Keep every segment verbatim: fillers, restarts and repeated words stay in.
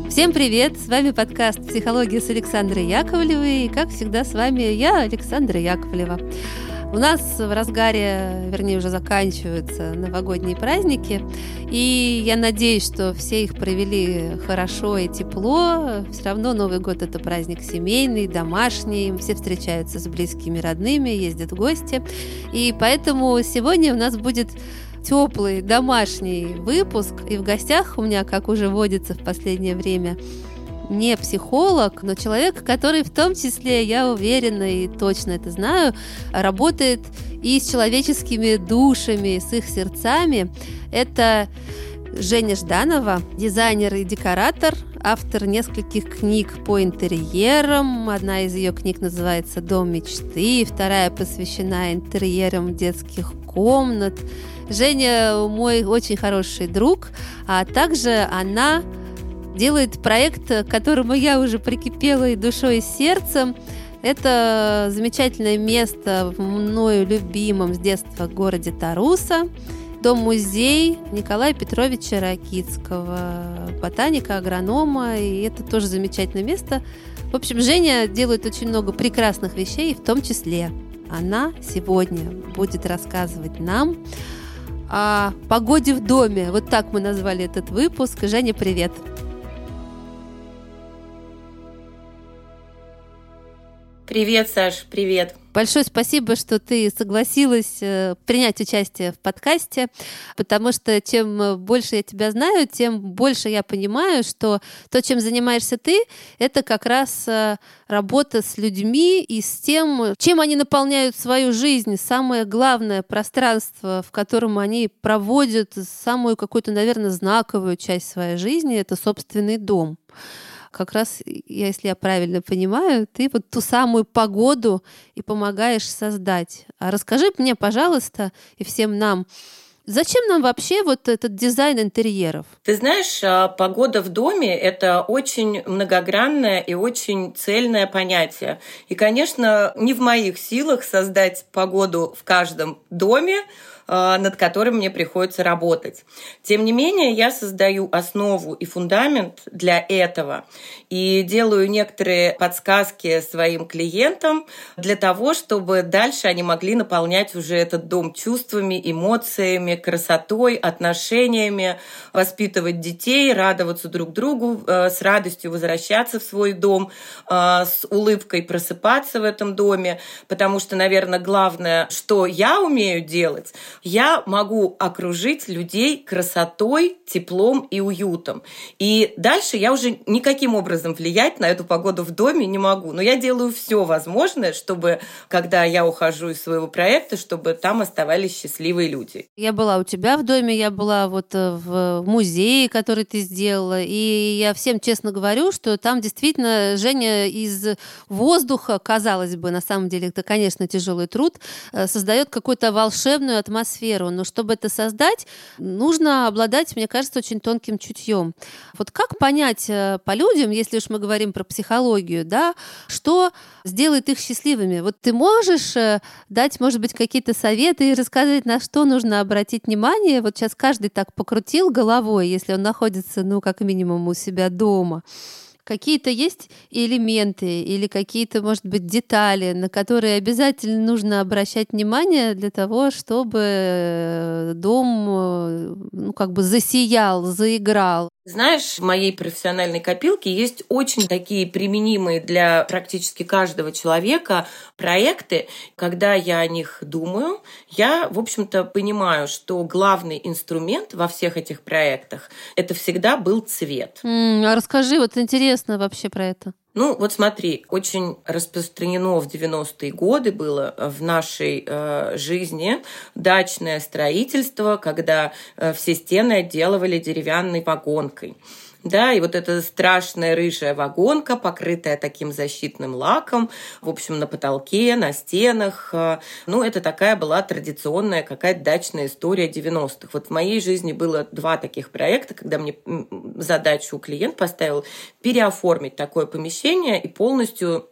Всем привет! С вами подкаст «Психология» с Александрой Яковлевой. И, как всегда, с вами я, Александра Яковлева. У нас в разгаре, вернее, уже заканчиваются новогодние праздники. И я надеюсь, что все их провели хорошо и тепло. Все равно Новый год – это праздник семейный, домашний. Все встречаются с близкими, родными, ездят в гости. И поэтому сегодня у нас будет теплый домашний выпуск. И в гостях у меня, как уже водится в последнее время, не психолог, но человек, который в том числе, я уверена и точно это знаю, работает и с человеческими душами, и с их сердцами. Это Женя Жданова, дизайнер и декоратор, автор нескольких книг по интерьерам. Одна из ее книг называется «Дом мечты», вторая посвящена интерьерам детских комнат. Женя мой очень хороший друг, а также она делает проект, к которому я уже прикипела и душой, и сердцем. Это замечательное место в мною любимом с детства городе Таруса. Дом-музей Николая Петровича Ракитского, ботаника, агронома. И это тоже замечательное место. В общем, Женя делает очень много прекрасных вещей, в том числе она сегодня будет рассказывать нам о погоде в доме. Вот так мы назвали этот выпуск. Женя, привет! Привет, Саш, привет. Большое спасибо, что ты согласилась принять участие в подкасте, потому что чем больше я тебя знаю, тем больше я понимаю, что то, чем занимаешься ты, это как раз работа с людьми и с тем, чем они наполняют свою жизнь. Самое главное пространство, в котором они проводят самую какую-то, наверное, знаковую часть своей жизни, это собственный дом. Как раз, если я правильно понимаю, ты вот ту самую погоду и помогаешь создать. А расскажи мне, пожалуйста, и всем нам, зачем нам вообще вот этот дизайн интерьеров? Ты знаешь, погода в доме – это очень многогранное и очень цельное понятие. И, конечно, не в моих силах создать погоду в каждом доме, над которым мне приходится работать. Тем не менее, я создаю основу и фундамент для этого и делаю некоторые подсказки своим клиентам для того, чтобы дальше они могли наполнять уже этот дом чувствами, эмоциями, красотой, отношениями, воспитывать детей, радоваться друг другу, с радостью возвращаться в свой дом, с улыбкой просыпаться в этом доме, потому что, наверное, главное, что я умею делать, я могу окружить людей красотой, теплом и уютом. И дальше я уже никаким образом влиять на эту погоду в доме не могу. Но я делаю все возможное, чтобы, когда я ухожу из своего проекта, чтобы там оставались счастливые люди. Я была у тебя в доме, я была вот в музее, который ты сделала, и я всем честно говорю, что там действительно Женя из воздуха, казалось бы, на самом деле это, конечно, тяжелый труд, создает какую-то волшебную атмосферу. Но чтобы это создать, нужно обладать, мне кажется, очень тонким чутьем. Вот как понять по людям, если уж мы говорим про психологию, да, что сделает их счастливыми? Вот ты можешь дать, может быть, какие-то советы и рассказать, на что нужно обратить внимание? Вот сейчас каждый так покрутил головой, если он находится, ну, как минимум, у себя дома. Какие-то есть элементы или какие-то, может быть, детали, на которые обязательно нужно обращать внимание для того, чтобы дом, ну, как бы засиял, заиграл? Знаешь, в моей профессиональной копилке есть очень такие применимые для практически каждого человека проекты. Когда я о них думаю, я, в общем-то, понимаю, что главный инструмент во всех этих проектах – это всегда был цвет. М, а расскажи, вот интересно вообще про это. Ну, вот смотри, очень распространено в девяностые годы было в нашей э, жизни дачное строительство, когда э, все стены отделывали деревянной вагонкой. Да, и вот эта страшная рыжая вагонка, покрытая таким защитным лаком, в общем, на потолке, на стенах. Ну, это такая была традиционная какая-то дачная история девяностых. Вот в моей жизни было два таких проекта, когда мне задачу клиент поставил переоформить такое помещение и полностью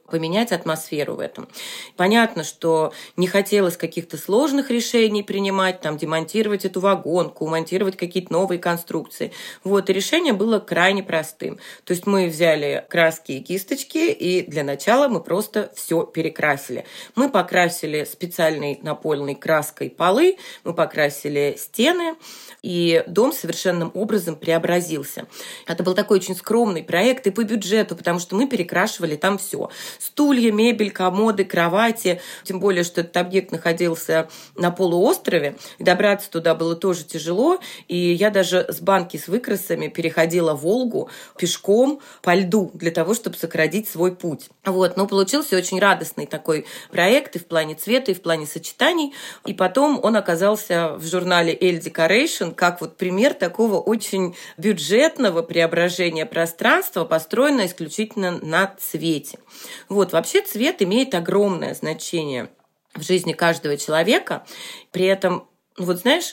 поменять атмосферу в этом. Понятно, что не хотелось каких-то сложных решений принимать, там, демонтировать эту вагонку, монтировать какие-то новые конструкции. Вот, и решение было крайне простым. То есть мы взяли краски и кисточки, и для начала мы просто все перекрасили. Мы покрасили специальной напольной краской полы, мы покрасили стены, и дом совершенным образом преобразился. Это был такой очень скромный проект и по бюджету, потому что мы перекрашивали там все. Стулья, мебель, комоды, кровати. Тем более, что этот объект находился на полуострове. И добраться туда было тоже тяжело. И я даже с банки с выкрасами переходила Волгу пешком по льду для того, чтобы сократить свой путь. Вот. Но получился очень радостный такой проект и в плане цвета, и в плане сочетаний. И потом он оказался в журнале Elle Decoration как вот пример такого очень бюджетного преображения пространства, построенного исключительно на цвете. Вот, вообще цвет имеет огромное значение в жизни каждого человека. При этом, вот знаешь,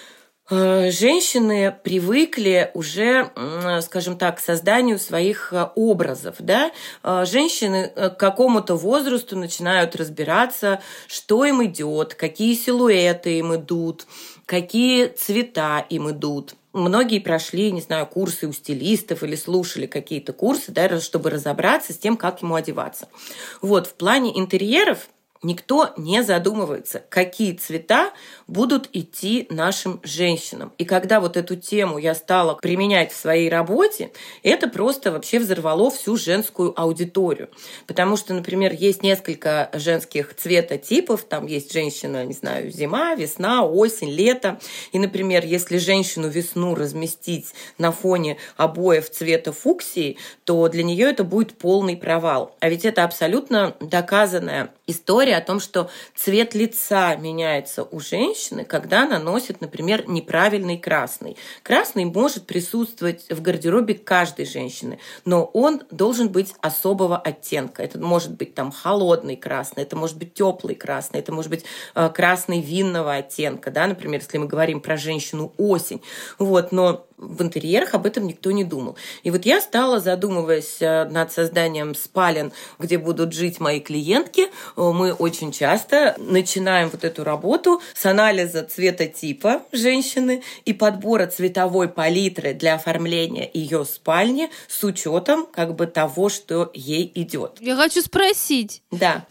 женщины привыкли уже, скажем так, к созданию своих образов. Да? Женщины к какому-то возрасту начинают разбираться, что им идет, какие силуэты им идут, какие цвета им идут. Многие прошли, не знаю, курсы у стилистов или слушали какие-то курсы, да, чтобы разобраться с тем, как ему одеваться. Вот, в плане интерьеров никто не задумывается, какие цвета будут идти нашим женщинам. И когда вот эту тему я стала применять в своей работе, это просто вообще взорвало всю женскую аудиторию. Потому что, например, есть несколько женских цветотипов. Там есть женщина, не знаю, зима, весна, осень, лето. И, например, если женщину весну разместить на фоне обоев цвета фуксии, то для нее это будет полный провал. А ведь это абсолютно доказанная история о том, что цвет лица меняется у женщины, когда она носит, например, неправильный красный. Красный может присутствовать в гардеробе каждой женщины, но он должен быть особого оттенка. Это может быть там холодный красный, это может быть теплый красный, это может быть э, красный винного оттенка, да, например, если мы говорим про женщину осень. Вот, но в интерьерах об этом никто не думал. И вот я стала, задумываясь над созданием спален, где будут жить мои клиентки, мы очень часто начинаем вот эту работу с анализа цветотипа женщины и подбора цветовой палитры для оформления ее спальни с учетом как бы того, что ей идет. Я хочу спросить. Да.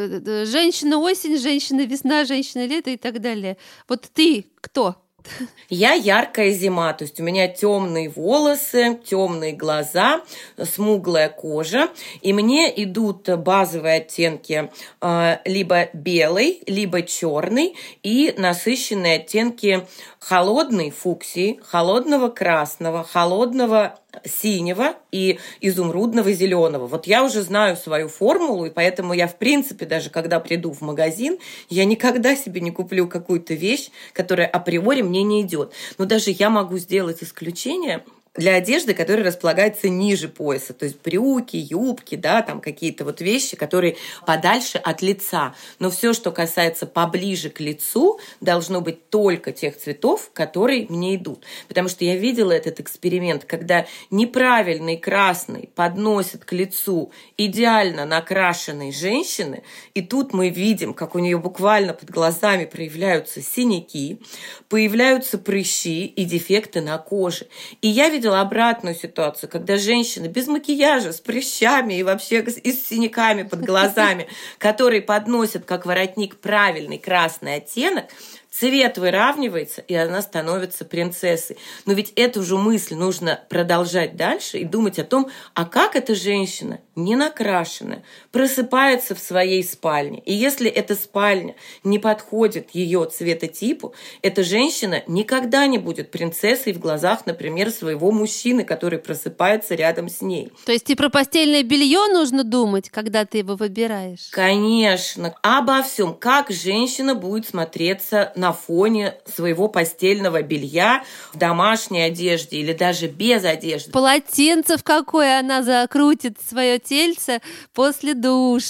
Женщина осень, женщина весна, женщина лето и так далее. Вот ты кто? Я яркая зима, то есть у меня темные волосы, темные глаза, смуглая кожа, и мне идут базовые оттенки э, либо белый, либо черный и насыщенные оттенки холодной фуксии, холодного красного, холодного синего и изумрудного зеленого. Вот я уже знаю свою формулу, и поэтому я, в принципе, даже когда приду в магазин, я никогда себе не куплю какую-то вещь, которая априори мне не идет. Но даже я могу сделать исключение для одежды, которая располагается ниже пояса, то есть брюки, юбки, да, там какие-то вот вещи, которые подальше от лица. Но все, что касается поближе к лицу, должно быть только тех цветов, которые мне идут. Потому что я видела этот эксперимент, когда неправильный красный подносит к лицу идеально накрашенной женщины, и тут мы видим, как у нее буквально под глазами проявляются синяки, появляются прыщи и дефекты на коже. И я видела обратную ситуацию, когда женщины без макияжа, с прыщами и вообще и с синяками под глазами, которые подносят как воротник правильный красный оттенок, цвет выравнивается, и она становится принцессой. Но ведь эту же мысль нужно продолжать дальше и думать о том, а как эта женщина, не накрашенная, просыпается в своей спальне. И если эта спальня не подходит ее цветотипу, эта женщина никогда не будет принцессой в глазах, например, своего мужчины, который просыпается рядом с ней. То есть и про постельное белье нужно думать, когда ты его выбираешь? Конечно. Обо всем. Как женщина будет смотреться на фоне своего постельного белья в домашней одежде или даже без одежды. Полотенце в какое она закрутит свое тельце после душа.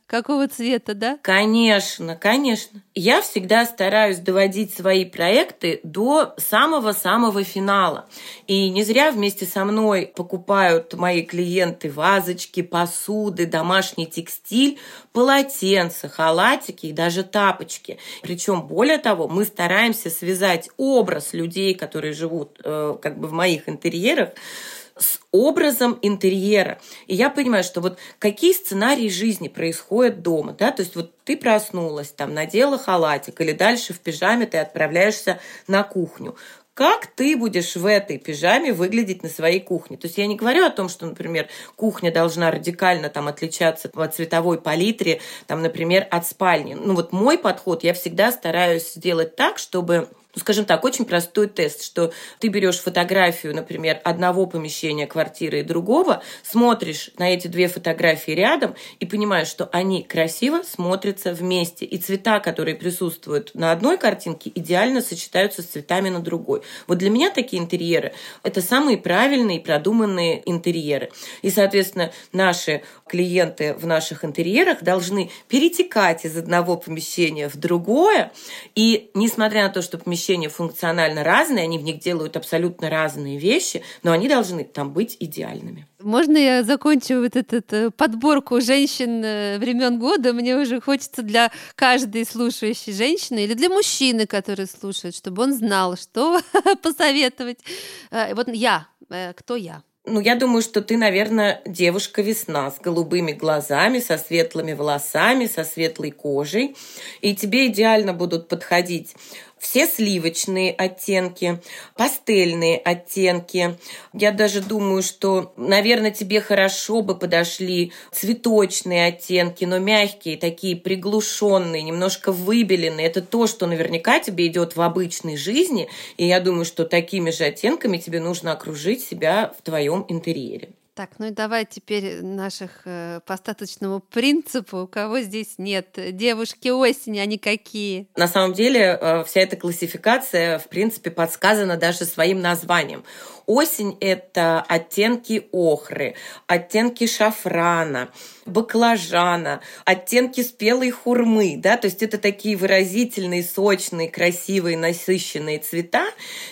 какого цвета, да? Конечно, конечно. Я всегда стараюсь доводить свои проекты до самого-самого финала. И не зря вместе со мной покупают мои клиенты вазочки, посуды, домашний текстиль, полотенца, халатики и даже тапочки. Причем, более того, мы стараемся связать образ людей, которые живут э, как бы в моих интерьерах, с образом интерьера. И я понимаю, что вот какие сценарии жизни происходят дома, да, то есть вот ты проснулась, там, надела халатик, или дальше в пижаме ты отправляешься на кухню. Как ты будешь в этой пижаме выглядеть на своей кухне? То есть я не говорю о том, что, например, кухня должна радикально там отличаться по цветовой палитре, там, например, от спальни. Ну вот мой подход, я всегда стараюсь сделать так, чтобы... Ну, скажем так, очень простой тест, что ты берешь фотографию, например, одного помещения, квартиры и другого, смотришь на эти две фотографии рядом и понимаешь, что они красиво смотрятся вместе. И цвета, которые присутствуют на одной картинке, идеально сочетаются с цветами на другой. Вот для меня такие интерьеры – это самые правильные и продуманные интерьеры. И, соответственно, наши клиенты в наших интерьерах должны перетекать из одного помещения в другое. И несмотря на то, что помещение функционально разные, они в них делают абсолютно разные вещи, но они должны там быть идеальными. Можно я закончу вот эту подборку женщин времен года? Мне уже хочется для каждой слушающей женщины или для мужчины, который слушает, чтобы он знал, что посоветовать. Вот я. Кто я? Ну, я думаю, что ты, наверное, девушка-весна с голубыми глазами, со светлыми волосами, со светлой кожей. И тебе идеально будут подходить все сливочные оттенки, пастельные оттенки. Я даже думаю, что, наверное, тебе хорошо бы подошли цветочные оттенки, но мягкие, такие приглушенные, немножко выбеленные. Это то, что наверняка тебе идет в обычной жизни. И я думаю, что такими же оттенками тебе нужно окружить себя в твоем интерьере. Так, ну и давай теперь наших э, по остаточному принципу, у кого здесь нет. Девушки осени, они какие? На самом деле э, вся эта классификация, в принципе, подсказана даже своим названием. Осень – это оттенки охры, оттенки шафрана, баклажана, оттенки спелой хурмы. Да? То есть это такие выразительные, сочные, красивые, насыщенные цвета.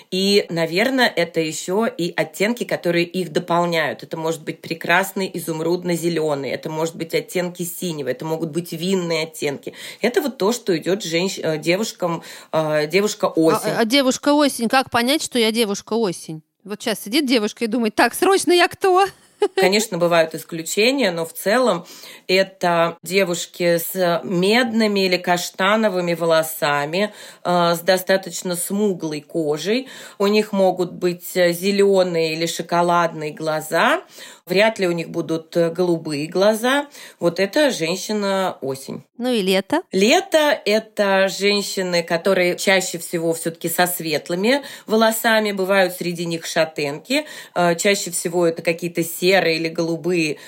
И, наверное, это еще и оттенки, которые их дополняют. Это может быть прекрасный изумрудно-зеленый, это может быть оттенки синего, это могут быть винные оттенки. Это вот то, что идет женщ... девушкам, девушка-осень. А, а девушка-осень, как понять, что я девушка-осень? Вот сейчас сидит девушка и думает, так, срочно я кто? Конечно, бывают исключения, но в целом это девушки с медными или каштановыми волосами, с достаточно смуглой кожей. У них могут быть зеленые или шоколадные глаза. Вряд ли у них будут голубые глаза. Вот это женщина-осень. Ну и лето? Лето – это женщины, которые чаще всего все-таки со светлыми волосами. Бывают среди них шатенки. Чаще всего это какие-то серые или голубые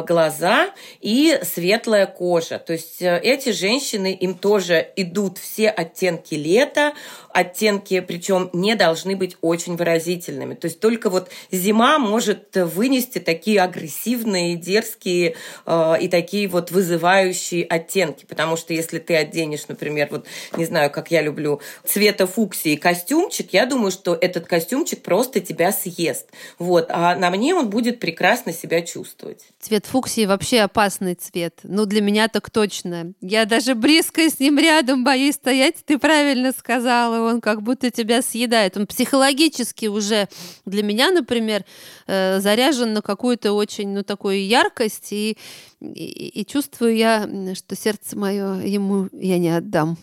глаза и светлая кожа. То есть эти женщины, им тоже идут все оттенки лета. Оттенки, причем не должны быть очень выразительными. То есть только вот зима может вынести такие агрессивные, дерзкие э, и такие вот вызывающие оттенки. Потому что если ты оденешь, например, вот не знаю, как я люблю, цвета фуксии костюмчик, я думаю, что этот костюмчик просто тебя съест. Вот. А на мне он будет прекрасно себя чувствовать. Цвет фуксии вообще опасный цвет. Ну, для меня так точно. Я даже близко с ним рядом боюсь стоять. Ты правильно сказала. Он как будто тебя съедает. Он психологически уже для меня, например, заряжен на какую-то очень, ну, такую яркость, и, и, и чувствую я, что сердце мое ему я не отдам.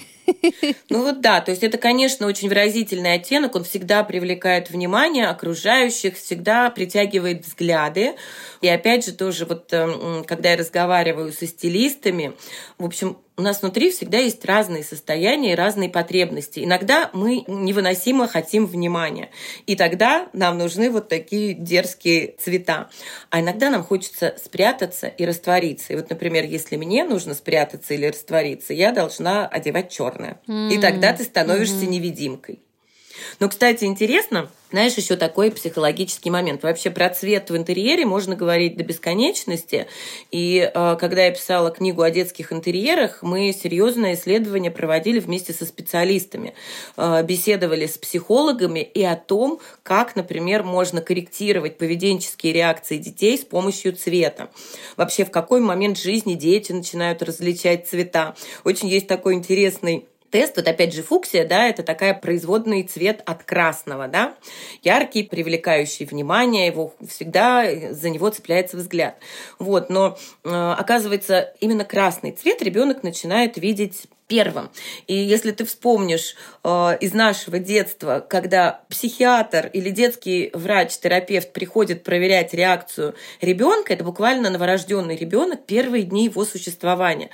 Ну вот да, то есть это, конечно, очень выразительный оттенок, он всегда привлекает внимание окружающих, всегда притягивает взгляды. И опять же тоже вот, когда я разговариваю со стилистами, в общем, у нас внутри всегда есть разные состояния и разные потребности. Иногда мы невыносимо хотим внимания, и тогда нам нужны вот такие дерзкие цвета. А иногда нам хочется спрятаться и раствориться. И вот, например, если мне нужно спрятаться или раствориться, я должна одевать черное. Mm-hmm. И тогда ты становишься mm-hmm. невидимкой. Но, кстати, интересно, знаешь, еще такой психологический момент. Вообще про цвет в интерьере можно говорить до бесконечности. И э, когда я писала книгу о детских интерьерах, мы серьезное исследование проводили вместе со специалистами. Э, беседовали с психологами и о том, как, например, можно корректировать поведенческие реакции детей с помощью цвета. Вообще, в какой момент жизни дети начинают различать цвета. Очень есть такой интересный тест, вот опять же фуксия, да, это такая производный цвет от красного, да, яркий, привлекающий внимание, его всегда за него цепляется взгляд. Вот, но э, оказывается, именно красный цвет ребенок начинает видеть первым. И если ты вспомнишь э, из нашего детства, когда психиатр или детский врач-терапевт приходит проверять реакцию ребенка, это буквально новорожденный ребенок первые дни его существования.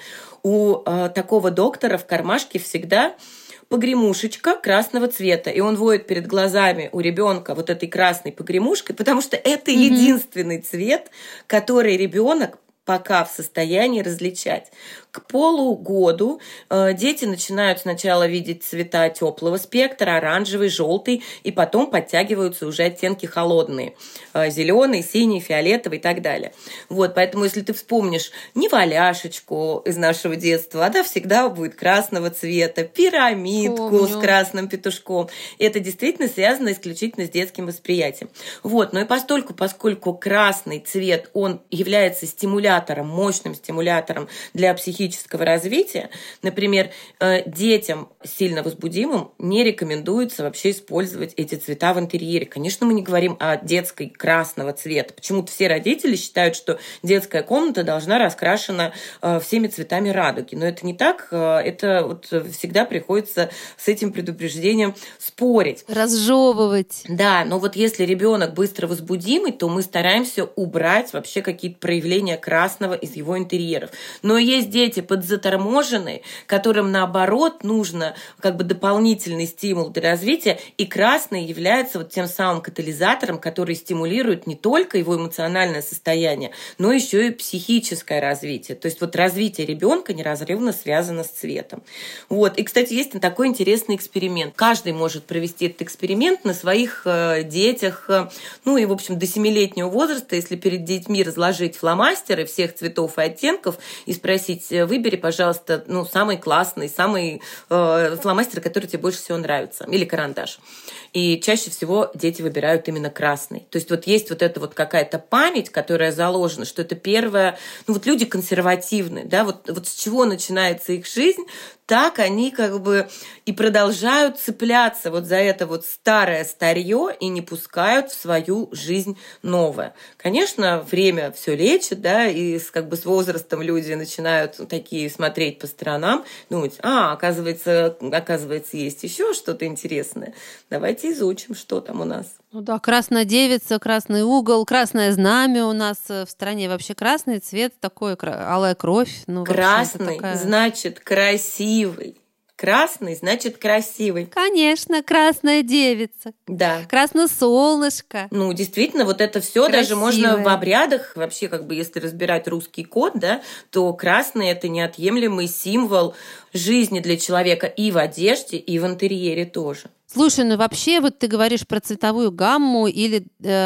У э, такого доктора в кармашке всегда погремушечка красного цвета, и он водит перед глазами у ребенка вот этой красной погремушкой, потому что это mm-hmm. единственный цвет, который ребенок пока в состоянии различать. К полугоду э, дети начинают сначала видеть цвета теплого спектра, оранжевый, желтый, и потом подтягиваются уже оттенки холодные. Э, зеленый, синий, фиолетовый и так далее. Вот, поэтому, если ты вспомнишь неваляшечку из нашего детства, она всегда будет красного цвета, пирамидку Помню. С красным петушком. И это действительно связано исключительно с детским восприятием. Вот, но и постольку, поскольку красный цвет, он является стимулятором, мощным стимулятором для психического развития. Например, детям сильно возбудимым не рекомендуется вообще использовать эти цвета в интерьере. Конечно, мы не говорим о детской красного цвета. Почему-то все родители считают, что детская комната должна раскрашена всеми цветами радуги. Но это не так. Это вот всегда приходится с этим предупреждением спорить. Разжевывать. Да, но вот если ребенок быстро возбудимый, то мы стараемся убрать вообще какие-то проявления красного из его интерьеров. Но есть дети подзаторможенные, которым, наоборот, нужно как бы дополнительный стимул для развития, и красный является вот тем самым катализатором, который стимулирует не только его эмоциональное состояние, но еще и психическое развитие. То есть вот развитие ребенка неразрывно связано с цветом. Вот. И, кстати, есть такой интересный эксперимент. Каждый может провести этот эксперимент на своих э, детях, э, ну и, в общем, до семилетнего возраста, если перед детьми разложить фломастеры всех цветов и оттенков и спросить: выбери, пожалуйста, ну, самый классный, самый э, фломастер, который тебе больше всего нравится, или карандаш. И чаще всего дети выбирают именно красный. То есть вот есть вот эта вот какая-то память, которая заложена, что это первое... Ну вот люди консервативные, да, вот, вот с чего начинается их жизнь, так они как бы и продолжают цепляться вот за это вот старое старье и не пускают в свою жизнь новое. Конечно, время все лечит, да, и с, как бы с возрастом люди начинают такие смотреть по сторонам, думать: а, оказывается, оказывается, есть еще что-то интересное. Давайте изучим, что там у нас. Ну да, красная девица, красный угол, красное знамя у нас в стране. Вообще красный цвет такой, алая кровь. Ну, красный такая... значит красивый. Красный значит красивый. Конечно, красная девица. Да. Красное солнышко. Ну, действительно, вот это все даже можно в обрядах, вообще, как бы, если разбирать русский код, да, то красный – это неотъемлемый символ жизни для человека и в одежде, и в интерьере тоже. Слушай, ну вообще вот ты говоришь про цветовую гамму, или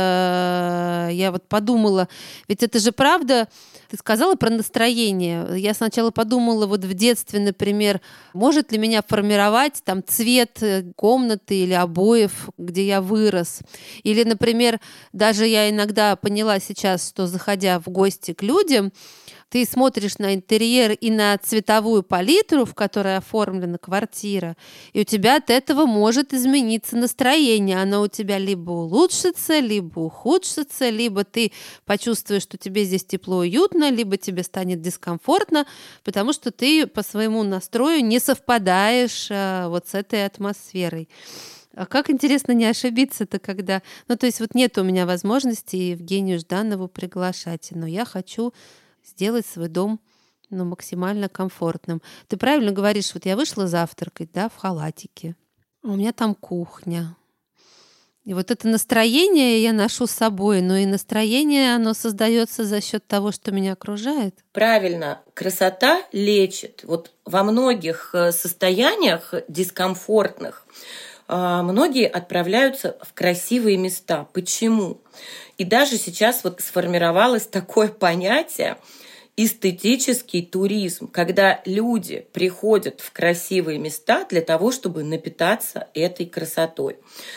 э, я вот подумала, ведь это же правда, ты сказала про настроение. Я сначала подумала, вот в детстве, например, может ли меня формировать там цвет комнаты или обоев, где я вырос. Или, например, даже я иногда поняла сейчас, что, заходя в гости к людям, ты смотришь на интерьер и на цветовую палитру, в которой оформлена квартира, и у тебя от этого может измениться настроение. Оно у тебя либо улучшится, либо ухудшится, либо ты почувствуешь, что тебе здесь тепло, уютно, либо тебе станет дискомфортно, потому что ты по своему настрою не совпадаешь а, вот с этой атмосферой. А как интересно не ошибиться-то, когда... Ну, то есть вот нет у меня возможности Евгению Жданову приглашать, но я хочу сделать свой дом, ну, максимально комфортным. Ты правильно говоришь, вот я вышла завтракать, да, в халатике, у меня там кухня. И вот это настроение я ношу с собой, но и настроение, оно создается за счет того, что меня окружает. Правильно, красота лечит. Вот во многих состояниях дискомфортных многие отправляются в красивые места. Почему? И даже сейчас вот сформировалось такое понятие эстетический туризм, когда люди приходят в красивые места для того, чтобы напитаться этой красотой.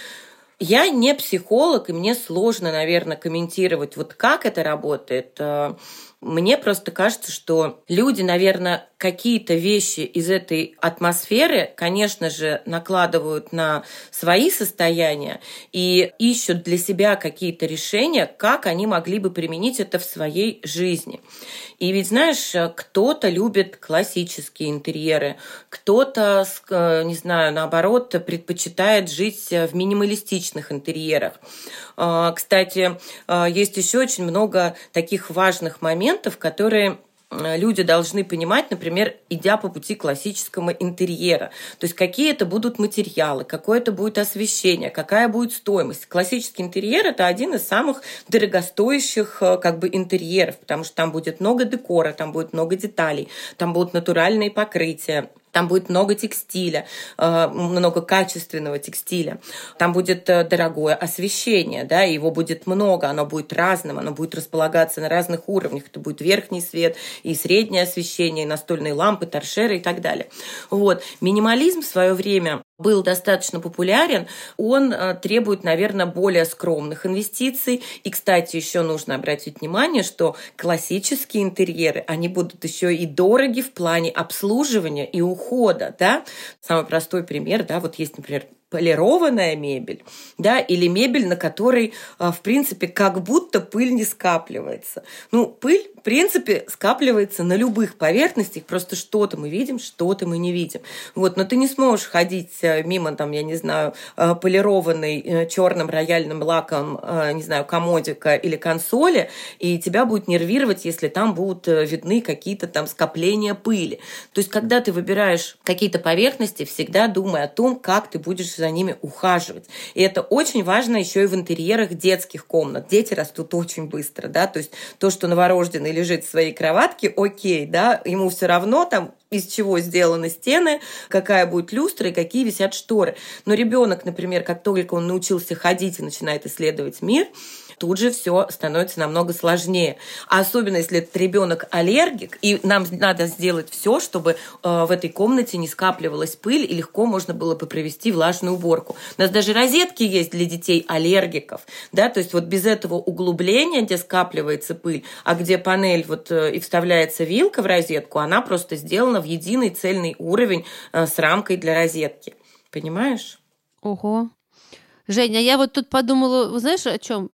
Я не психолог, и мне сложно, наверное, комментировать, вот как это работает. Мне просто кажется, что люди, наверное, какие-то вещи из этой атмосферы, конечно же, накладывают на свои состояния и ищут для себя какие-то решения, как они могли бы применить это в своей жизни. И ведь, знаешь, кто-то любит классические интерьеры, кто-то, не знаю, наоборот, предпочитает жить в минималистичных интерьерах. Кстати, есть еще очень много таких важных моментов, которые люди должны понимать, например, идя по пути классического интерьера. То есть какие это будут материалы, какое это будет освещение, какая будет стоимость. Классический интерьер – это один из самых дорогостоящих как бы интерьеров, потому что там будет много декора, там будет много деталей, там будут натуральные покрытия. Там будет много текстиля, много качественного текстиля. Там будет дорогое освещение, да, его будет много, оно будет разным, оно будет располагаться на разных уровнях. Это будет верхний свет и среднее освещение, и настольные лампы, торшеры и так далее. Вот. Минимализм в свое время был достаточно популярен, он требует, наверное, более скромных инвестиций. И, кстати, еще нужно обратить внимание, что классические интерьеры, они будут еще и дороги в плане обслуживания и ухода, да. Самый простой пример, да, вот есть, например, полированная мебель, да, или мебель, на которой, в принципе, как будто пыль не скапливается. Ну, пыль, в принципе, скапливается на любых поверхностях, просто что-то мы видим, что-то мы не видим. Вот, но ты не сможешь ходить мимо, там, я не знаю, полированной черным рояльным лаком, не знаю, комодика или консоли, и тебя будет нервировать, если там будут видны какие-то там скопления пыли. То есть, когда ты выбираешь какие-то поверхности, всегда думай о том, как ты будешь за ними ухаживать. И это очень важно еще и в интерьерах детских комнат. Дети растут очень быстро, да, то есть то, что новорожденный лежит в своей кроватке, окей, да, ему все равно там из чего сделаны стены, какая будет люстра и какие висят шторы. Но ребенок, например, как только он научился ходить и начинает исследовать мир, тут же все становится намного сложнее. А особенно, если этот ребенок аллергик, и нам надо сделать все, чтобы э, в этой комнате не скапливалась пыль, и легко можно было бы провести влажную уборку. У нас даже розетки есть для детей аллергиков, да, то есть вот без этого углубления, где скапливается пыль, а где панель вот э, и вставляется вилка в розетку, она просто сделана в единый цельный уровень э, с рамкой для розетки. Понимаешь? Ого. Женя, я вот тут подумала, знаешь, о чем?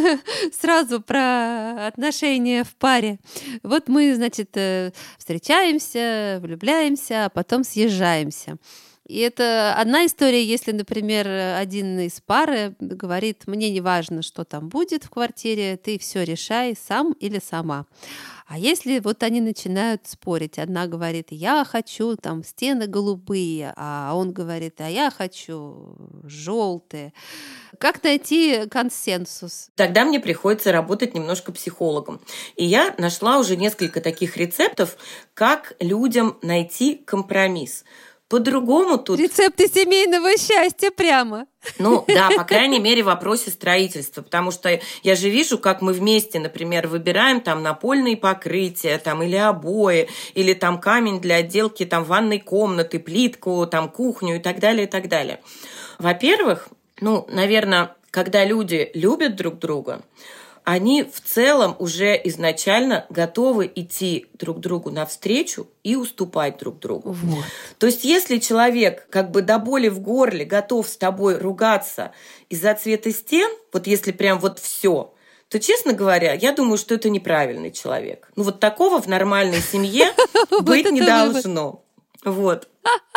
Сразу про отношения в паре. Вот мы, значит, встречаемся, влюбляемся, а потом съезжаемся. И это одна история, если, например, один из пары говорит: мне не важно, что там будет в квартире, ты все решай сам или сама. А если вот они начинают спорить, одна говорит: я хочу там стены голубые, а он говорит: а я хочу желтые. Как найти консенсус? Тогда мне приходится работать немножко психологом. И я нашла уже несколько таких рецептов, как людям найти компромисс. По-другому тут... Рецепты семейного счастья прямо. Ну да, по крайней мере, в вопросе строительства, потому что я же вижу, как мы вместе, например, выбираем там напольные покрытия, там, или обои, или там камень для отделки там ванной комнаты, плитку, там кухню и так далее, и так далее. Во-первых, ну, наверное, когда люди любят друг друга, они в целом уже изначально готовы идти друг другу навстречу и уступать друг другу. Вот. То есть если человек как бы до боли в горле готов с тобой ругаться из-за цвета стен, вот если прям вот все, то, честно говоря, я думаю, что это неправильный человек. Ну вот такого в нормальной семье быть не должно. Вот.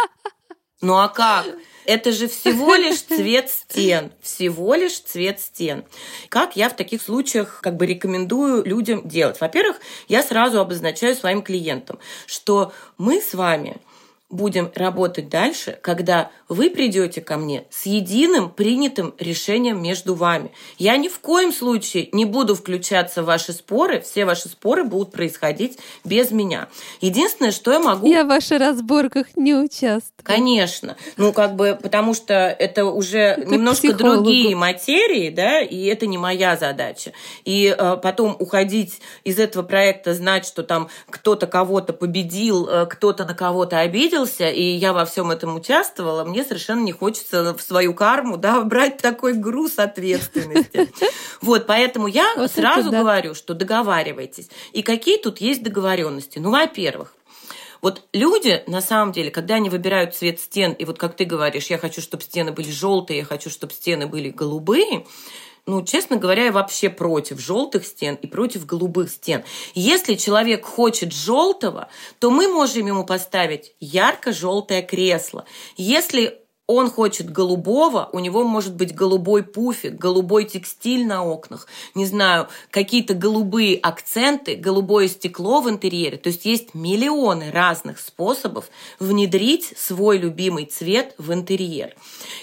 Ну а как? Это же всего лишь цвет стен. Всего лишь цвет стен. Как я в таких случаях как бы рекомендую людям делать? Во-первых, я сразу обозначаю своим клиентам, что мы с вами будем работать дальше, когда вы придете ко мне с единым принятым решением между вами. Я ни в коем случае не буду включаться в ваши споры, все ваши споры будут происходить без меня. Единственное, что я могу... Я в ваших разборках не участвую. Конечно. Ну, как бы, потому что это уже как немножко психологу. Другие материи, да, и это не моя задача. И э, потом уходить из этого проекта, знать, что там кто-то кого-то победил, э, кто-то на кого-то обиделся, и я во всем этом участвовала, мне совершенно не хочется в свою карму, да, брать такой груз ответственности. Вот, поэтому я вот сразу говорю, что договаривайтесь. И какие тут есть договоренности? Ну, во-первых, вот люди, на самом деле, когда они выбирают цвет стен, и вот как ты говоришь, я хочу, чтобы стены были желтые, я хочу, чтобы стены были голубые, ну, честно говоря, я вообще против желтых стен и против голубых стен. Если человек хочет желтого, то мы можем ему поставить ярко-желтое кресло. Если он хочет голубого, у него может быть голубой пуфик, голубой текстиль на окнах, не знаю, какие-то голубые акценты, голубое стекло в интерьере. То есть есть миллионы разных способов внедрить свой любимый цвет в интерьер.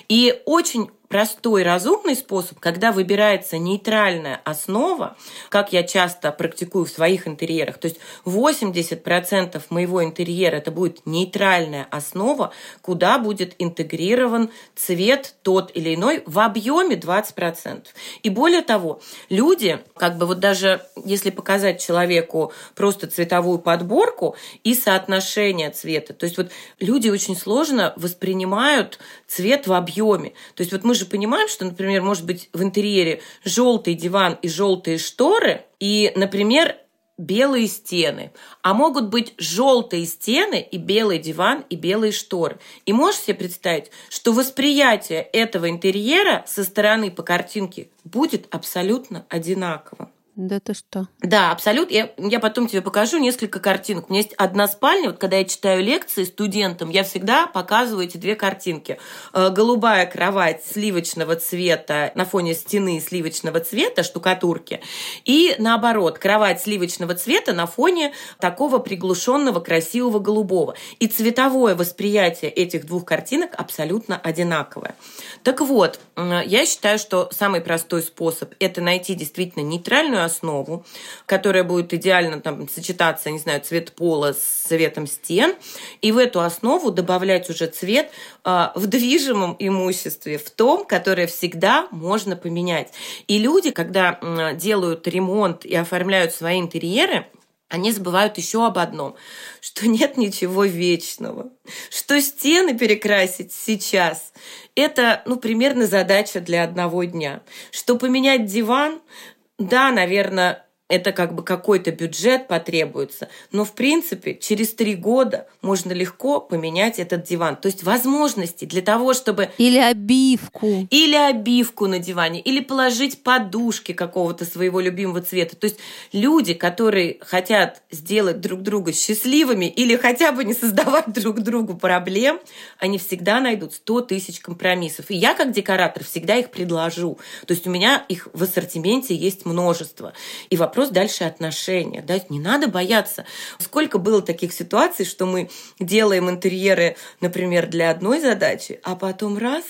И очень простой, разумный способ, когда выбирается нейтральная основа, как я часто практикую в своих интерьерах, то есть восемьдесят процентов моего интерьера это будет нейтральная основа, куда будет интегрирован цвет тот или иной в объеме двадцать процентов. И более того, люди, как бы вот даже если показать человеку просто цветовую подборку и соотношение цвета, то есть вот люди очень сложно воспринимают цвет в объеме. То есть вот мы же понимаем, что, например, может быть в интерьере желтый диван и желтые шторы, и, например, белые стены. А могут быть желтые стены и белый диван и белые шторы. И можешь себе представить, что восприятие этого интерьера со стороны по картинке будет абсолютно одинаково. Да ты что? Да, абсолютно. Я, я потом тебе покажу несколько картинок. У меня есть одна спальня. Вот когда я читаю лекции студентам, я всегда показываю эти две картинки. Голубая кровать сливочного цвета на фоне стены сливочного цвета, штукатурки. И наоборот, кровать сливочного цвета на фоне такого приглушенного красивого голубого. И цветовое восприятие этих двух картинок абсолютно одинаковое. Так вот, я считаю, что самый простой способ – это найти действительно нейтральную основу, которая будет идеально там сочетаться, не знаю, цвет пола с цветом стен, и в эту основу добавлять уже цвет э, в движимом имуществе, в том, которое всегда можно поменять. И люди, когда э, делают ремонт и оформляют свои интерьеры, они забывают еще об одном, что нет ничего вечного, что стены перекрасить сейчас – это, ну, примерно задача для одного дня, что поменять диван – да, наверное, это как бы какой-то бюджет потребуется, но, в принципе, через три года можно легко поменять этот диван. То есть возможности для того, чтобы... Или обивку. Или обивку на диване, или положить подушки какого-то своего любимого цвета. То есть люди, которые хотят сделать друг друга счастливыми или хотя бы не создавать друг другу проблем, они всегда найдут сто тысяч компромиссов. И я, как декоратор, всегда их предложу. То есть у меня их в ассортименте есть множество. И вопрос Вопрос дальше отношения. Да? Не надо бояться. Сколько было таких ситуаций, что мы делаем интерьеры, например, для одной задачи, а потом раз,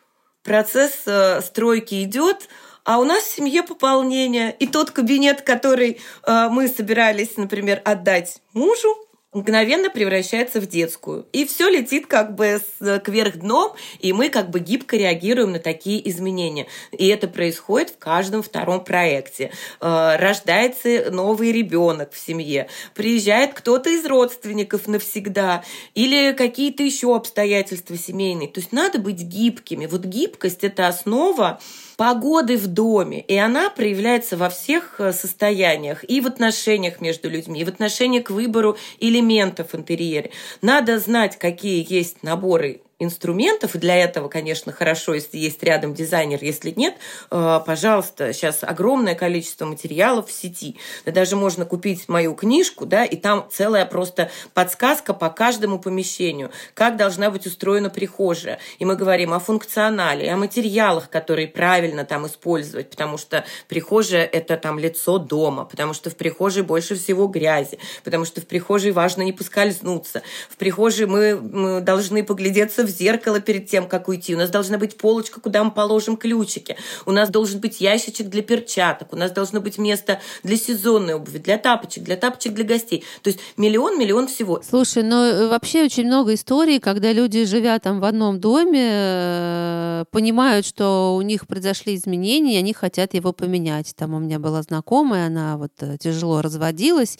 процесс стройки идет, а у нас в семье пополнение. И тот кабинет, который мы собирались, например, отдать мужу, мгновенно превращается в детскую. И все летит как бы кверх дном, и мы как бы гибко реагируем на такие изменения. И это происходит в каждом втором проекте. Рождается новый ребенок в семье, приезжает кто-то из родственников навсегда, или какие-то еще обстоятельства семейные. То есть надо быть гибкими. Вот гибкость – это основа погоды в доме, и она проявляется во всех состояниях, и в отношениях между людьми, и в отношении к выбору элементов в интерьере. Надо знать, какие есть наборы инструментов, и для этого, конечно, хорошо, если есть рядом дизайнер, если нет, пожалуйста, сейчас огромное количество материалов в сети. Да даже можно купить мою книжку, да, и там целая просто подсказка по каждому помещению, как должна быть устроена прихожая. И мы говорим о функционале, о материалах, которые правильно там использовать, потому что прихожая – это там лицо дома, потому что в прихожей больше всего грязи, потому что в прихожей важно не поскользнуться, в прихожей мы, мы должны поглядеться в зеркало перед тем, как уйти. У нас должна быть полочка, куда мы положим ключики. У нас должен быть ящичек для перчаток. У нас должно быть место для сезонной обуви, для тапочек, для тапочек для гостей. То есть миллион-миллион всего. Слушай, ну вообще очень много историй, когда люди, живя там в одном доме, понимают, что у них произошли изменения, и они хотят его поменять. Там у меня была знакомая, она вот тяжело разводилась.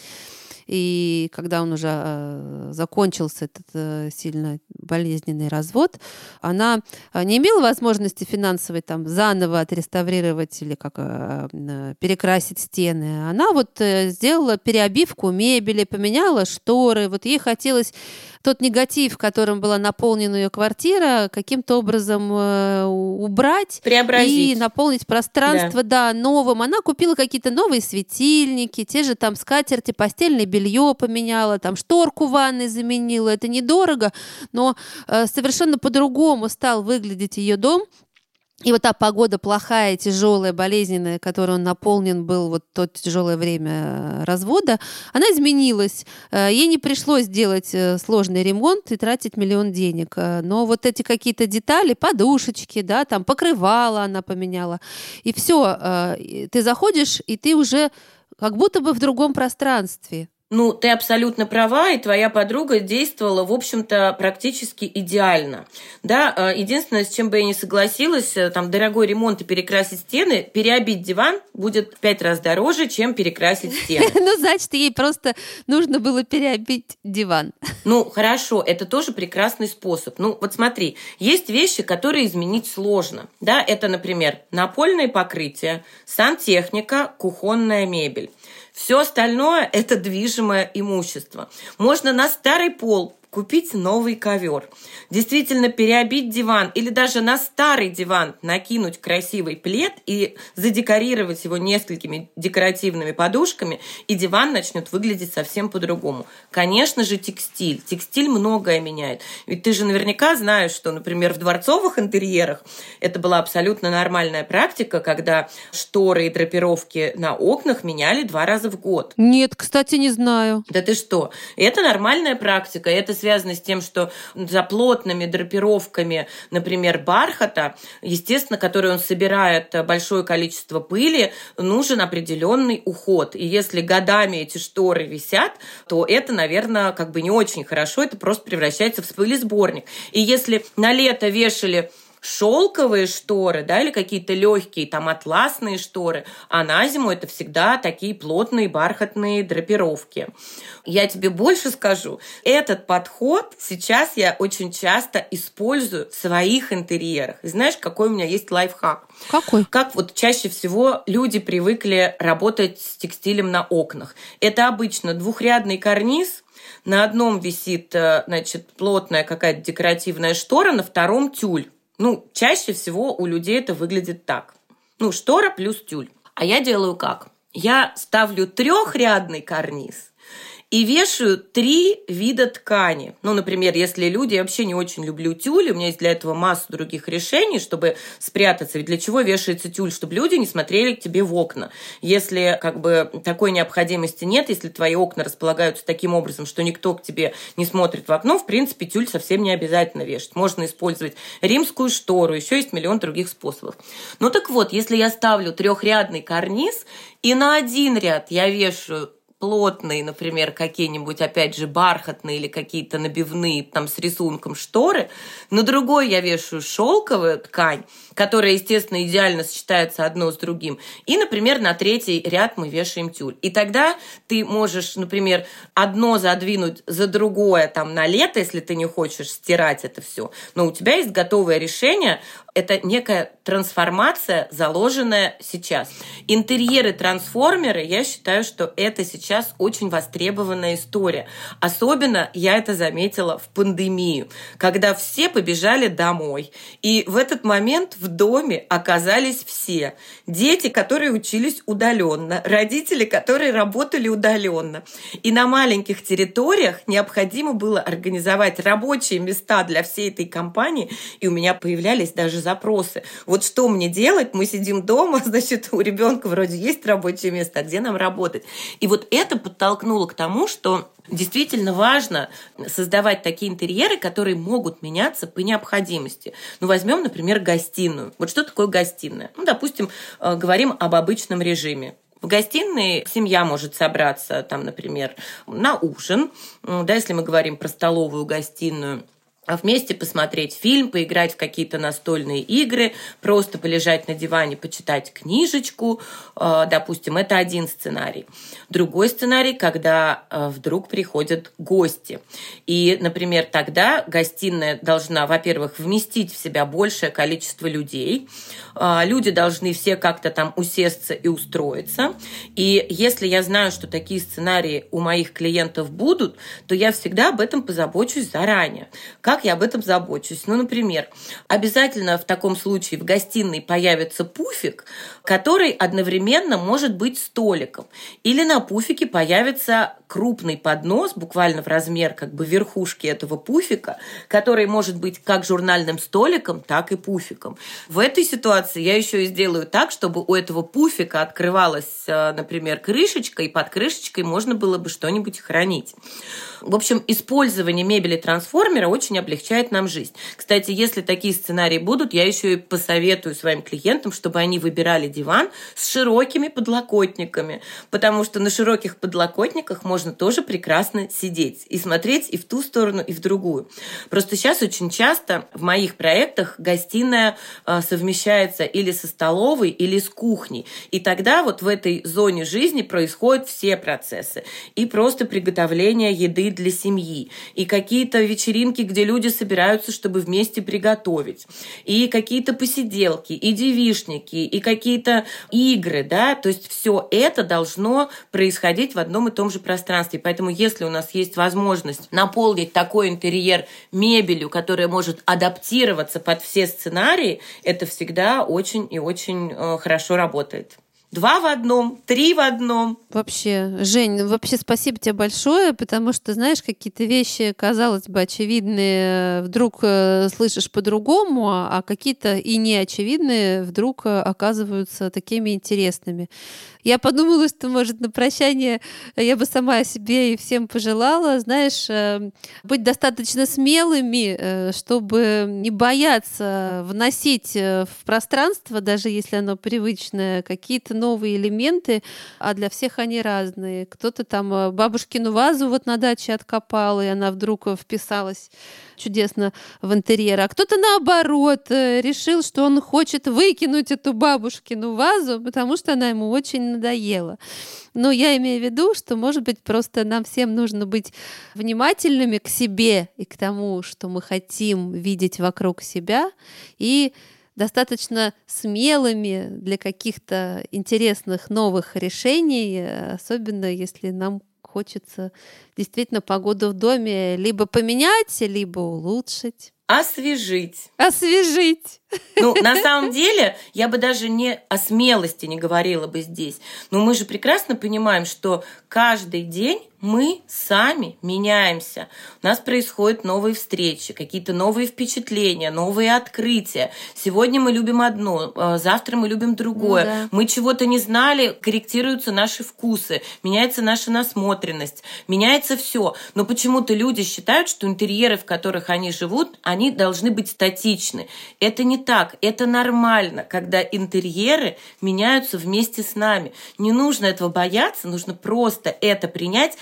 И когда он уже э, закончился, этот э, сильно болезненный развод, она не имела возможности финансовой там заново отреставрировать или как э, перекрасить стены. Она вот э, сделала переобивку мебели, поменяла шторы. Вот ей хотелось тот негатив, которым была наполнена ее квартира, каким-то образом э, убрать преобразить. И наполнить пространство, да. Да, новым. Она купила какие-то новые светильники, те же там скатерти, постельное белье поменяла, там шторку в ванной заменила. Это недорого, но э, совершенно по-другому стал выглядеть ее дом. И вот та погода плохая, тяжелая, болезненная, которой он наполнен был вот то тяжелое время развода, она изменилась. Ей не пришлось делать сложный ремонт и тратить миллион денег. Но вот эти какие-то детали, подушечки, да, там покрывало она поменяла. И все, ты заходишь, и ты уже как будто бы в другом пространстве. Ну, ты абсолютно права, и твоя подруга действовала, в общем-то, практически идеально. Да, единственное, с чем бы я не согласилась, там, дорогой ремонт и перекрасить стены, переобить диван будет в пять раз дороже, чем перекрасить стены. Ну, значит, ей просто нужно было переобить диван. Ну, хорошо, это тоже прекрасный способ. Ну, вот смотри, есть вещи, которые изменить сложно. Да, это, например, напольное покрытие, сантехника, кухонная мебель. Все остальное – это движимое имущество. Можно на старый пол купить новый ковер, действительно переобить диван или даже на старый диван накинуть красивый плед и задекорировать его несколькими декоративными подушками, и диван начнет выглядеть совсем по-другому. Конечно же, текстиль. Текстиль многое меняет. Ведь ты же наверняка знаешь, что, например, в дворцовых интерьерах это была абсолютно нормальная практика, когда шторы и драпировки на окнах меняли два раза в год. Нет, кстати, не знаю. Да ты что? Это нормальная практика. Это связано с тем, что за плотными драпировками, например, бархата, естественно, который он собирает большое количество пыли, нужен определенный уход. И если годами эти шторы висят, то это, наверное, как бы не очень хорошо, это просто превращается в пылесборник. И если на лето вешали шелковые шторы, да, или какие-то легкие там атласные шторы, а на зиму это всегда такие плотные бархатные драпировки. Я тебе больше скажу, этот подход сейчас я очень часто использую в своих интерьерах. И знаешь, какой у меня есть лайфхак? Какой? Как вот чаще всего люди привыкли работать с текстилем на окнах. Это обычно двухрядный карниз, на одном висит, значит, плотная какая-то декоративная штора, на втором тюль. Ну, чаще всего у людей это выглядит так. Ну, штора плюс тюль. А я делаю как? Я ставлю трехрядный карниз и вешаю три вида ткани. Ну, например, если люди... Я вообще не очень люблю тюль, у меня есть для этого масса других решений, чтобы спрятаться. Ведь для чего вешается тюль? Чтобы люди не смотрели к тебе в окна. Если как бы такой необходимости нет, если твои окна располагаются таким образом, что никто к тебе не смотрит в окно, в принципе, тюль совсем не обязательно вешать. Можно использовать римскую штору, еще есть миллион других способов. Ну так вот, если я ставлю трехрядный карниз, и на один ряд я вешаю плотные, например, какие-нибудь, опять же, бархатные или какие-то набивные там с рисунком шторы. На другой я вешаю шелковую ткань, которая, естественно, идеально сочетается одно с другим. И, например, на третий ряд мы вешаем тюль. И тогда ты можешь, например, одно задвинуть за другое там на лето, если ты не хочешь стирать это все. Но у тебя есть готовое решение, Это некая трансформация, заложенная сейчас. Интерьеры-трансформеры, я считаю, что это сейчас очень востребованная история. Особенно я это заметила в пандемию, когда все побежали домой. И в этот момент в доме оказались все. Дети, которые учились удаленно, родители, которые работали удаленно. И на маленьких территориях необходимо было организовать рабочие места для всей этой компании. И у меня появлялись даже запросы. Вот что мне делать? Мы сидим дома, значит, у ребенка вроде есть рабочее место, а где нам работать? И вот это подтолкнуло к тому, что действительно важно создавать такие интерьеры, которые могут меняться по необходимости. Ну, возьмем, например, гостиную. Вот что такое гостиная? Ну, допустим, говорим об обычном режиме. В гостиной семья может собраться, там, например, на ужин, да, если мы говорим про столовую гостиную, вместе посмотреть фильм, поиграть в какие-то настольные игры, просто полежать на диване, почитать книжечку. Допустим, это один сценарий. Другой сценарий, когда вдруг приходят гости. И, например, тогда гостиная должна, во-первых, вместить в себя большее количество людей. Люди должны все как-то там усесться и устроиться. И если я знаю, что такие сценарии у моих клиентов будут, то я всегда об этом позабочусь заранее. Как я об этом забочусь? Ну, например, обязательно в таком случае в гостиной появится пуфик, который одновременно может быть столиком. Или на пуфике появится крупный поднос, буквально в размер как бы верхушки этого пуфика, который может быть как журнальным столиком, так и пуфиком. В этой ситуации я еще и сделаю так, чтобы у этого пуфика открывалась, например, крышечка, и под крышечкой можно было бы что-нибудь хранить. В общем, использование мебели-трансформера очень облегчает нам жизнь. Кстати, если такие сценарии будут, я еще и посоветую своим клиентам, чтобы они выбирали диван с широкими подлокотниками, потому что на широких подлокотниках можно тоже прекрасно сидеть и смотреть и в ту сторону, и в другую. Просто сейчас очень часто в моих проектах гостиная совмещается или со столовой, или с кухней. И тогда вот в этой зоне жизни происходят все процессы. И просто приготовление еды для семьи, и какие-то вечеринки, где люди собираются, чтобы вместе приготовить, и какие-то посиделки, и девичники, и какие-то игры, да, то есть все это должно происходить в одном и том же пространстве. Поэтому если у нас есть возможность наполнить такой интерьер мебелью, которая может адаптироваться под все сценарии, это всегда очень и очень хорошо работает. Два в одном, три в одном. Вообще, Жень, вообще спасибо тебе большое, потому что, знаешь, какие-то вещи, казалось бы, очевидные, вдруг слышишь по-другому, а какие-то и неочевидные вдруг оказываются такими интересными. Я подумала, что, может, на прощание я бы сама себе и всем пожелала, знаешь, быть достаточно смелыми, чтобы не бояться вносить в пространство, даже если оно привычное, какие-то новые элементы, а для всех они разные. Кто-то там бабушкину вазу вот на даче откопал, и она вдруг вписалась чудесно в интерьер, а кто-то наоборот решил, что он хочет выкинуть эту бабушкину вазу, потому что она ему очень надоела. Но я имею в виду, что, может быть, просто нам всем нужно быть внимательными к себе и к тому, что мы хотим видеть вокруг себя, и достаточно смелыми для каких-то интересных новых решений, особенно если нам хочется действительно погоду в доме либо поменять, либо улучшить. Освежить. Освежить. Ну, на самом деле, я бы даже не о смелости не говорила бы здесь. Но мы же прекрасно понимаем, что каждый день мы сами меняемся. У нас происходят новые встречи, какие-то новые впечатления, новые открытия. Сегодня мы любим одно, завтра мы любим другое. Ну, да. Мы чего-то не знали, корректируются наши вкусы, меняется наша насмотренность, меняется все. Но почему-то люди считают, что интерьеры, в которых они живут, они должны быть статичны. Это не так. Это нормально, когда интерьеры меняются вместе с нами. Не нужно этого бояться, нужно просто это принять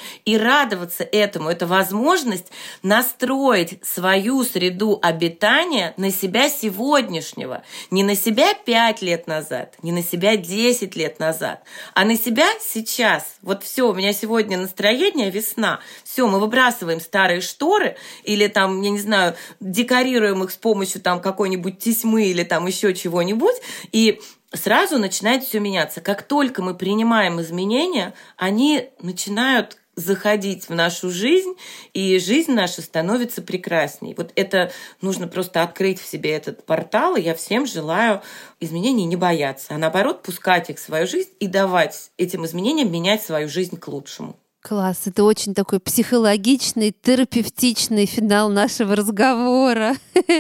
И радоваться этому – это возможность настроить свою среду обитания на себя сегодняшнего. Не на себя пять лет назад, не на себя десять лет назад, а на себя сейчас. Вот все, у меня сегодня настроение, весна. Все, мы выбрасываем старые шторы или там, я не знаю, декорируем их с помощью там какой-нибудь тесьмы или там еще чего-нибудь, и сразу начинает все меняться. Как только мы принимаем изменения, они начинают заходить в нашу жизнь, и жизнь наша становится прекрасней. Вот это нужно просто открыть в себе этот портал, и я всем желаю изменений не бояться, а наоборот пускать их в свою жизнь и давать этим изменениям менять свою жизнь к лучшему. Класс, это очень такой психологичный, терапевтичный финал нашего разговора.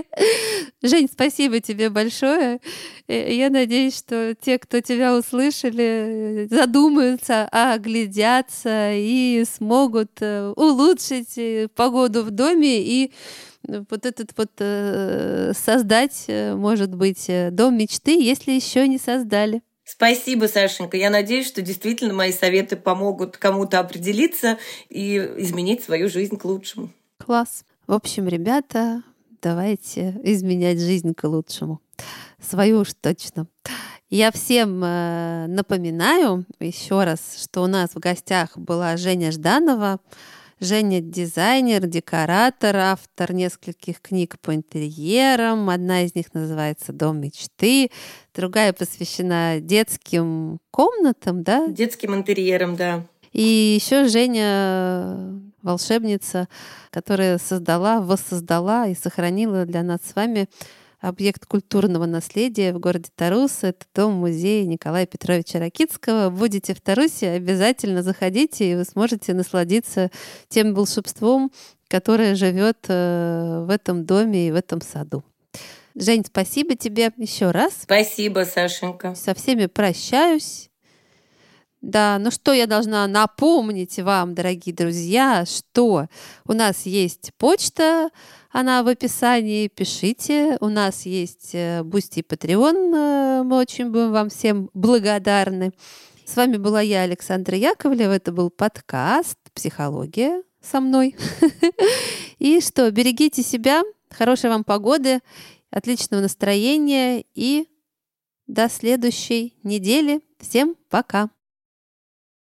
Жень, спасибо тебе большое. Я надеюсь, что те, кто тебя услышали, задумаются, оглядятся и смогут улучшить погоду в доме и вот этот вот создать, может быть, дом мечты, если еще не создали. Спасибо, Сашенька. Я надеюсь, что действительно мои советы помогут кому-то определиться и изменить свою жизнь к лучшему. Класс. В общем, ребята, давайте изменять жизнь к лучшему. Свою уж точно. Я всем э, напоминаю еще раз, что у нас в гостях была Женя Жданова. Женя — дизайнер, декоратор, автор нескольких книг по интерьерам. Одна из них называется «Дом мечты», другая посвящена детским комнатам, да? Детским интерьерам, да. И еще Женя — волшебница, которая создала, воссоздала и сохранила для нас с вами объект культурного наследия в городе Тарус. Это дом-музей Николая Петровича Ракитского. Будете в Тарусе, обязательно заходите, и вы сможете насладиться тем волшебством, которое живет в этом доме и в этом саду. Жень, спасибо тебе еще раз. Спасибо, Сашенька. Со всеми прощаюсь. Да, ну что я должна напомнить вам, дорогие друзья, что у нас есть почта, она в описании, пишите. У нас есть Boosty и Patreon, мы очень будем вам всем благодарны. С вами была я, Александра Яковлева, это был подкаст «Психология» со мной. И что, берегите себя, хорошей вам погоды, отличного настроения и до следующей недели. Всем пока!